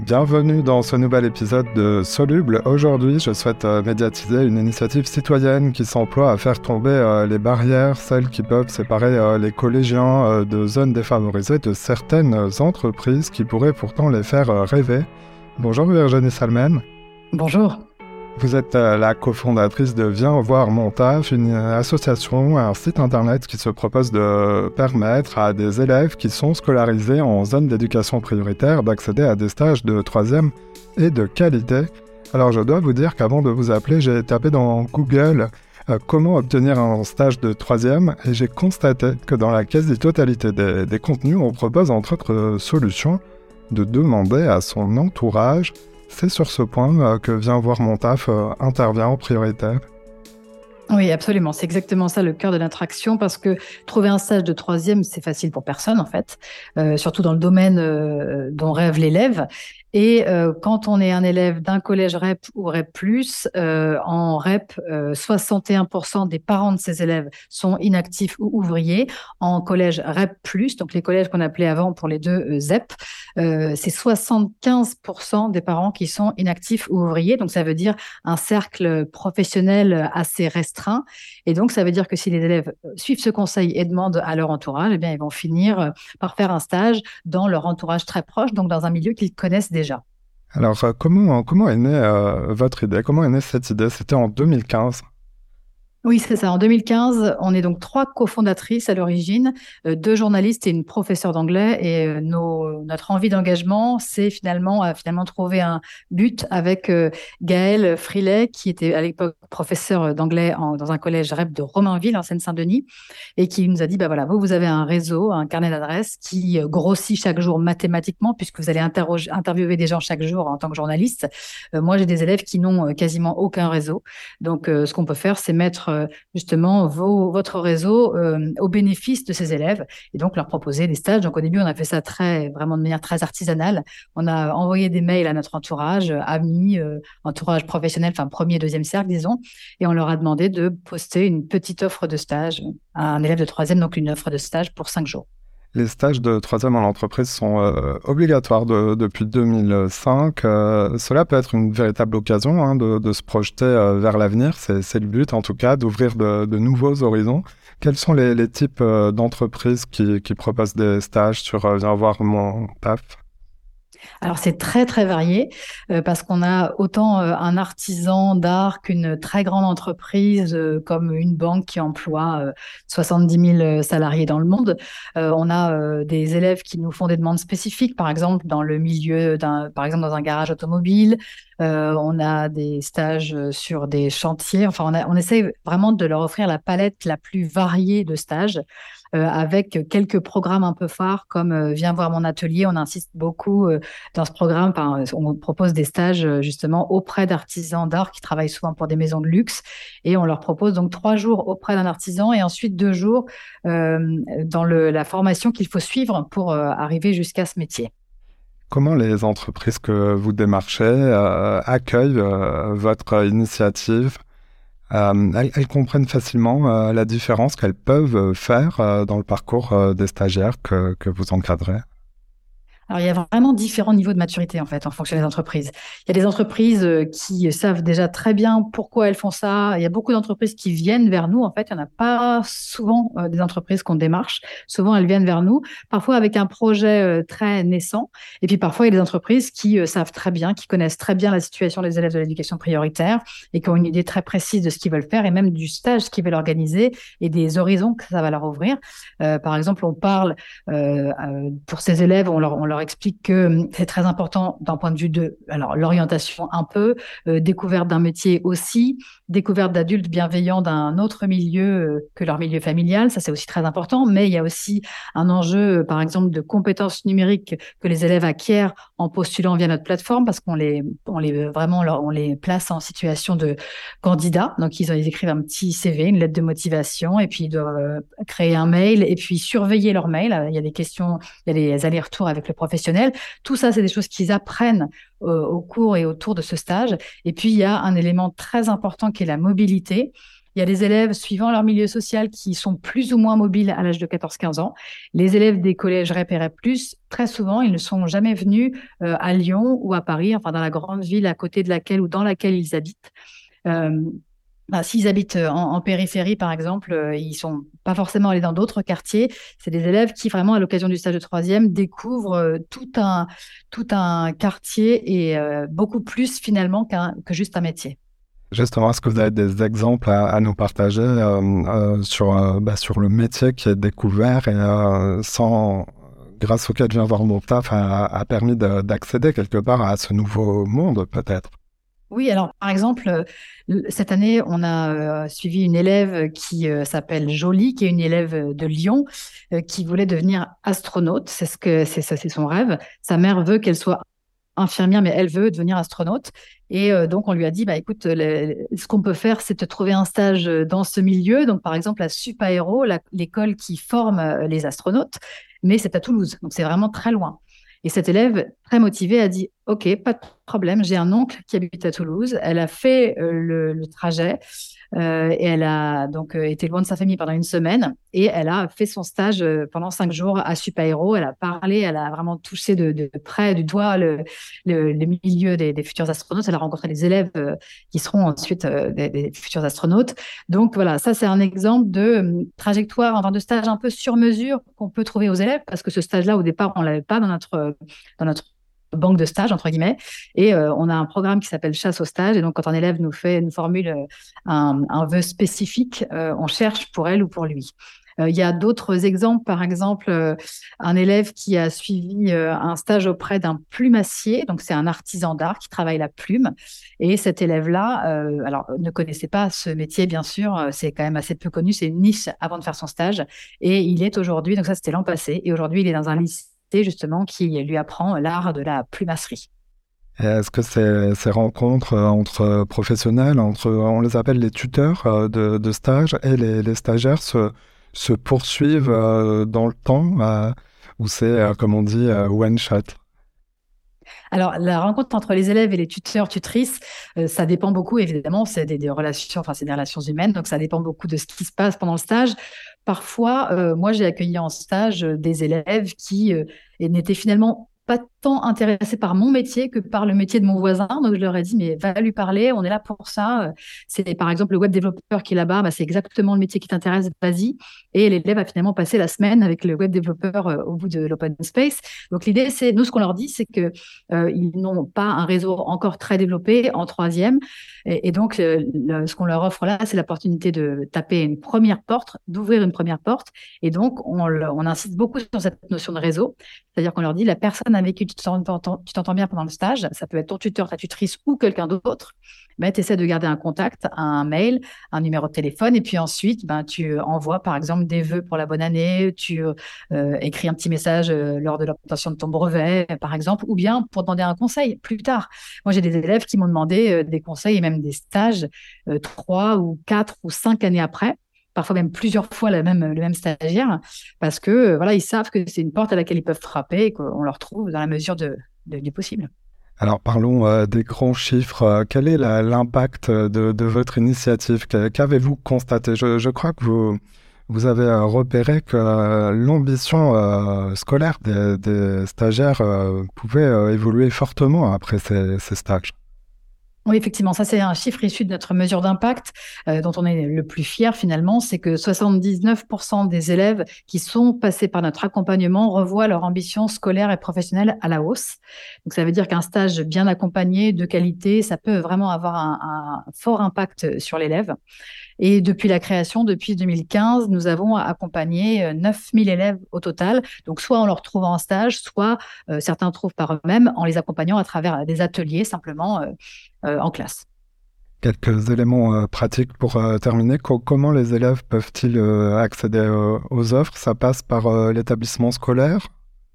Bienvenue dans ce nouvel épisode de Soluble. Aujourd'hui, je souhaite médiatiser une initiative citoyenne qui s'emploie à faire tomber les barrières, celles qui peuvent séparer les collégiens de zones défavorisées de certaines entreprises qui pourraient pourtant les faire rêver. Bonjour Virginie Salmen. Bonjour. Vous êtes la cofondatrice de Viens voir mon taf, une association, un site internet qui se propose de permettre à des élèves qui sont scolarisés en zone d'éducation prioritaire d'accéder à des stages de 3e et de qualité. Alors je dois vous dire qu'avant de vous appeler, j'ai tapé dans Google comment obtenir un stage de 3e et j'ai constaté que dans la quasi-totalité des contenus, on propose entre autres solutions de demander à son entourage. C'est sur ce point que Viens voir mon taf intervient en prioritaire. Oui, absolument. C'est exactement ça le cœur de l'attraction parce que trouver un stage de 3e, c'est facile pour personne en fait, surtout dans le domaine dont rêve l'élève. Et quand on est un élève d'un collège REP ou REP+, en REP, 61% des parents de ces élèves sont inactifs ou ouvriers. En collège REP+, donc les collèges qu'on appelait avant pour les deux ZEP, c'est 75% des parents qui sont inactifs ou ouvriers. Donc ça veut dire un cercle professionnel assez restreint. Et donc ça veut dire que si les élèves suivent ce conseil et demandent à leur entourage, eh bien ils vont finir par faire un stage dans leur entourage très proche, donc dans un milieu qu'ils connaissent déjà. Alors, comment est née votre idée? Comment est née cette idée? C'était en 2015. Oui, c'est ça. En 2015, on est donc 3 cofondatrices à l'origine, 2 journalistes et une professeure d'anglais. Et notre envie d'engagement, c'est finalement trouver un but avec Gaëlle Frilet, qui était à l'époque professeur d'anglais dans un collège REP de Romainville, en Seine-Saint-Denis, et qui nous a dit, voilà, vous avez un réseau, un carnet d'adresses qui grossit chaque jour mathématiquement, puisque vous allez interviewer des gens chaque jour en tant que journaliste. Moi, j'ai des élèves qui n'ont quasiment aucun réseau. Donc, ce qu'on peut faire, c'est mettre justement votre réseau au bénéfice de ces élèves et donc leur proposer des stages. Donc au début, on a fait ça vraiment de manière très artisanale. On a envoyé des mails à notre entourage, amis, entourage professionnel, enfin premier, deuxième cercle, disons, et on leur a demandé de poster une petite offre de stage à un élève de 3e, donc une offre de stage pour 5 jours. Les stages de 3e en entreprise sont obligatoires depuis 2005. Cela peut être une véritable occasion de se projeter vers l'avenir. C'est le but, en tout cas, d'ouvrir de nouveaux horizons. Quels sont les types d'entreprises qui proposent des stages sur Viens voir mon taf? Alors c'est très très varié parce qu'on a autant un artisan d'art qu'une très grande entreprise comme une banque qui emploie 70 000 salariés dans le monde. On a des élèves qui nous font des demandes spécifiques, par exemple dans le milieu par exemple dans un garage automobile. On a des stages sur des chantiers. Enfin, on essaie vraiment de leur offrir la palette la plus variée de stages. Avec quelques programmes un peu phares comme Viens voir mon atelier. On insiste beaucoup dans ce programme. On propose des stages justement auprès d'artisans d'art qui travaillent souvent pour des maisons de luxe et on leur propose donc 3 jours auprès d'un artisan et ensuite 2 jours dans la formation qu'il faut suivre pour arriver jusqu'à ce métier. Comment les entreprises que vous démarchez accueillent votre initiative? Elles comprennent facilement la différence qu'elles peuvent faire dans le parcours des stagiaires que vous encadrez? Alors, il y a vraiment différents niveaux de maturité, en fait, en fonction des entreprises. Il y a des entreprises qui savent déjà très bien pourquoi elles font ça. Il y a beaucoup d'entreprises qui viennent vers nous. En fait, il n'y en a pas souvent des entreprises qu'on démarche. Souvent, elles viennent vers nous, parfois avec un projet très naissant. Et puis, parfois, il y a des entreprises qui savent très bien, qui connaissent très bien la situation des élèves de l'éducation prioritaire et qui ont une idée très précise de ce qu'ils veulent faire et même du stage qu'ils veulent organiser et des horizons que ça va leur ouvrir. Par exemple, on parle pour ces élèves, on leur explique que c'est très important d'un point de vue de l'orientation un peu, découverte d'un métier aussi, découverte d'adultes bienveillants d'un autre milieu que leur milieu familial, ça c'est aussi très important, mais il y a aussi un enjeu, par exemple, de compétences numériques que les élèves acquièrent en postulant via notre plateforme parce qu'on les place en situation de candidat, donc ils écrivent un petit CV, une lettre de motivation et puis ils doivent créer un mail et puis surveiller leur mail, il y a des questions, il y a des allers-retours avec le professionnel. Tout ça, c'est des choses qu'ils apprennent au cours et autour de ce stage. Et puis, il y a un élément très important qui est la mobilité. Il y a des élèves suivant leur milieu social qui sont plus ou moins mobiles à l'âge de 14-15 ans. Les élèves des collèges REP et REP+, très souvent, ils ne sont jamais venus à Lyon ou à Paris, enfin dans la grande ville à côté de laquelle ou dans laquelle ils habitent. Euh, S'ils habitent en périphérie, par exemple, ils sont pas forcément allés dans d'autres quartiers. C'est des élèves qui, vraiment, à l'occasion du stage de troisième, découvrent tout un quartier et beaucoup plus, finalement, que juste un métier. Justement, est-ce que vous avez des exemples à nous partager sur le métier qui est découvert et grâce auquel je viens voir mon taf a permis d'accéder quelque part à ce nouveau monde, peut-être? Oui, alors par exemple, cette année, on a suivi une élève qui s'appelle Jolie, qui est une élève de Lyon, qui voulait devenir astronaute. C'est son rêve. Sa mère veut qu'elle soit infirmière, mais elle veut devenir astronaute. Et donc, on lui a dit, bah, écoute, ce qu'on peut faire, c'est te trouver un stage dans ce milieu. Donc, par exemple, à Supaéro, l'école qui forme les astronautes, mais c'est à Toulouse. Donc, c'est vraiment très loin. Et cette élève, très motivée, a dit, OK, pas de problème, j'ai un oncle qui habite à Toulouse. Elle a fait le trajet et elle a donc été loin de sa famille pendant une semaine et elle a fait son stage pendant 5 jours à Supaéro. Elle a parlé, elle a vraiment touché de près du doigt le milieu des futurs astronautes. Elle a rencontré des élèves qui seront ensuite des futurs astronautes. Donc voilà, ça c'est un exemple de trajectoire, enfin de stage un peu sur mesure qu'on peut trouver aux élèves parce que ce stage-là, au départ, on l'avait pas dans notre banque de stage, entre guillemets. Et on a un programme qui s'appelle Chasse au stage. Et donc, quand un élève nous formule un vœu spécifique, on cherche pour elle ou pour lui. Il y a d'autres exemples, par exemple, un élève qui a suivi un stage auprès d'un plumassier, donc c'est un artisan d'art qui travaille la plume, et cet élève-là, alors ne connaissait pas ce métier, bien sûr, c'est quand même assez peu connu, c'est une niche avant de faire son stage, et il est aujourd'hui, donc ça c'était l'an passé, et aujourd'hui il est dans un lycée justement qui lui apprend l'art de la plumasserie. Et est-ce que ces rencontres entre professionnels, on les appelle les tuteurs de stage, et les stagiaires se poursuivent dans le temps, ou c'est, comme on dit, one shot? Alors, la rencontre entre les élèves et les tuteurs, tutrices, ça dépend beaucoup, évidemment, c'est des relations, enfin, c'est des relations humaines, donc ça dépend beaucoup de ce qui se passe pendant le stage. Parfois, moi, j'ai accueilli en stage des élèves qui n'étaient finalement pas tant intéressés par mon métier que par le métier de mon voisin. Donc, je leur ai dit, mais va lui parler, on est là pour ça. C'est par exemple le web développeur qui est là-bas, bah, c'est exactement le métier qui t'intéresse, vas-y. Et l'élève a finalement passé la semaine avec le web développeur au bout de l'open space. Donc, l'idée, c'est, nous, ce qu'on leur dit, c'est que ils n'ont pas un réseau encore très développé en troisième. Et donc, ce qu'on leur offre là, c'est l'opportunité de taper une première porte, d'ouvrir une première porte. Et donc, on insiste beaucoup sur cette notion de réseau. C'est-à-dire qu'on leur dit, la personne avec qui tu t'entends bien pendant le stage, ça peut être ton tuteur, ta tutrice ou quelqu'un d'autre, ben, tu essaies de garder un contact, un mail, un numéro de téléphone, et puis ensuite, ben, tu envoies par exemple des vœux pour la bonne année, tu écris un petit message lors de l'obtention de ton brevet, par exemple, ou bien pour demander un conseil plus tard. Moi, j'ai des élèves qui m'ont demandé des conseils et même des stages 3 ou 4 ou 5 années après, parfois même plusieurs fois le même stagiaire, parce que voilà, ils savent que c'est une porte à laquelle ils peuvent frapper et qu'on leur trouve dans la mesure du possible. Alors parlons des grands chiffres. Quel est l'impact de votre initiative? Qu'avez-vous constaté? Je crois que vous avez repéré que l'ambition scolaire des stagiaires pouvait évoluer fortement après ces stages. Oui, effectivement, ça c'est un chiffre issu de notre mesure d'impact dont on est le plus fier finalement, c'est que 79% des élèves qui sont passés par notre accompagnement revoient leur ambition scolaire et professionnelle à la hausse. Donc ça veut dire qu'un stage bien accompagné, de qualité, ça peut vraiment avoir un fort impact sur l'élève. Et depuis la création, depuis 2015, nous avons accompagné 9000 élèves au total. Donc, soit en leur trouvant un stage, soit certains trouvent par eux-mêmes en les accompagnant à travers des ateliers simplement en classe. Quelques éléments pratiques pour terminer. Comment les élèves peuvent-ils accéder aux offres? Ça passe par l'établissement scolaire?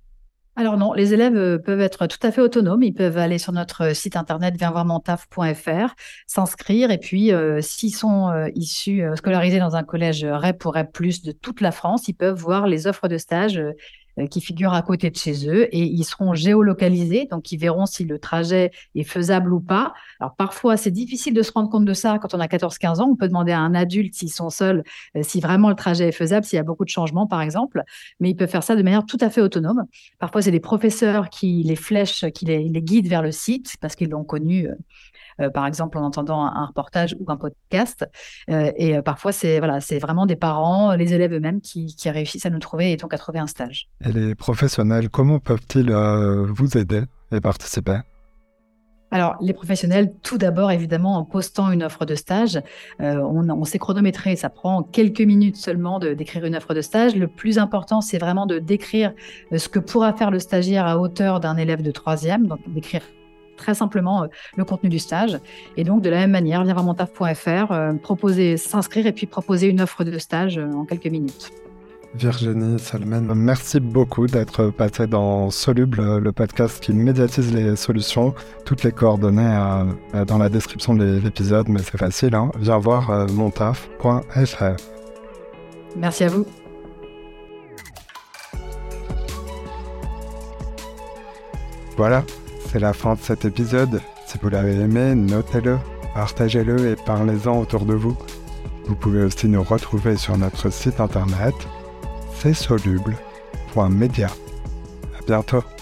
Alors non, les élèves peuvent être tout à fait autonomes. Ils peuvent aller sur notre site internet viensvoirmontaf.fr, s'inscrire et puis s'ils sont issus, scolarisés dans un collège REP ou REP+, de toute la France, ils peuvent voir les offres de stage qui figurent à côté de chez eux et ils seront géolocalisés, donc ils verront si le trajet est faisable ou pas. Alors parfois, c'est difficile de se rendre compte de ça quand on a 14-15 ans. On peut demander à un adulte s'ils sont seuls, si vraiment le trajet est faisable, s'il y a beaucoup de changements par exemple, mais ils peuvent faire ça de manière tout à fait autonome. Parfois, c'est des professeurs qui les flèchent, qui les guident vers le site parce qu'ils l'ont connu. Par exemple en entendant un reportage ou un podcast. Parfois, c'est vraiment des parents, les élèves eux-mêmes qui réussissent à nous trouver et donc à trouver un stage. Et les professionnels, comment peuvent-ils vous aider et participer ? Alors, les professionnels, tout d'abord, évidemment, en postant une offre de stage, on s'est chronométré. Ça prend quelques minutes seulement d'écrire une offre de stage. Le plus important, c'est vraiment de décrire ce que pourra faire le stagiaire à hauteur d'un élève de 3e, donc d'écrire très simplement le contenu du stage. Et donc, de la même manière, viens voir montaf.fr, s'inscrire et puis proposer une offre de stage en quelques minutes. Virginie Salmen, merci beaucoup d'être passée dans Soluble, le podcast qui médiatise les solutions. Toutes les coordonnées dans la description de l'épisode, mais c'est facile, hein. Viens voir montaf.fr. Merci à vous. Voilà, c'est la fin de cet épisode. Si vous l'avez aimé, notez-le, partagez-le et parlez-en autour de vous. Vous pouvez aussi nous retrouver sur notre site internet, c'est soluble.media. À bientôt.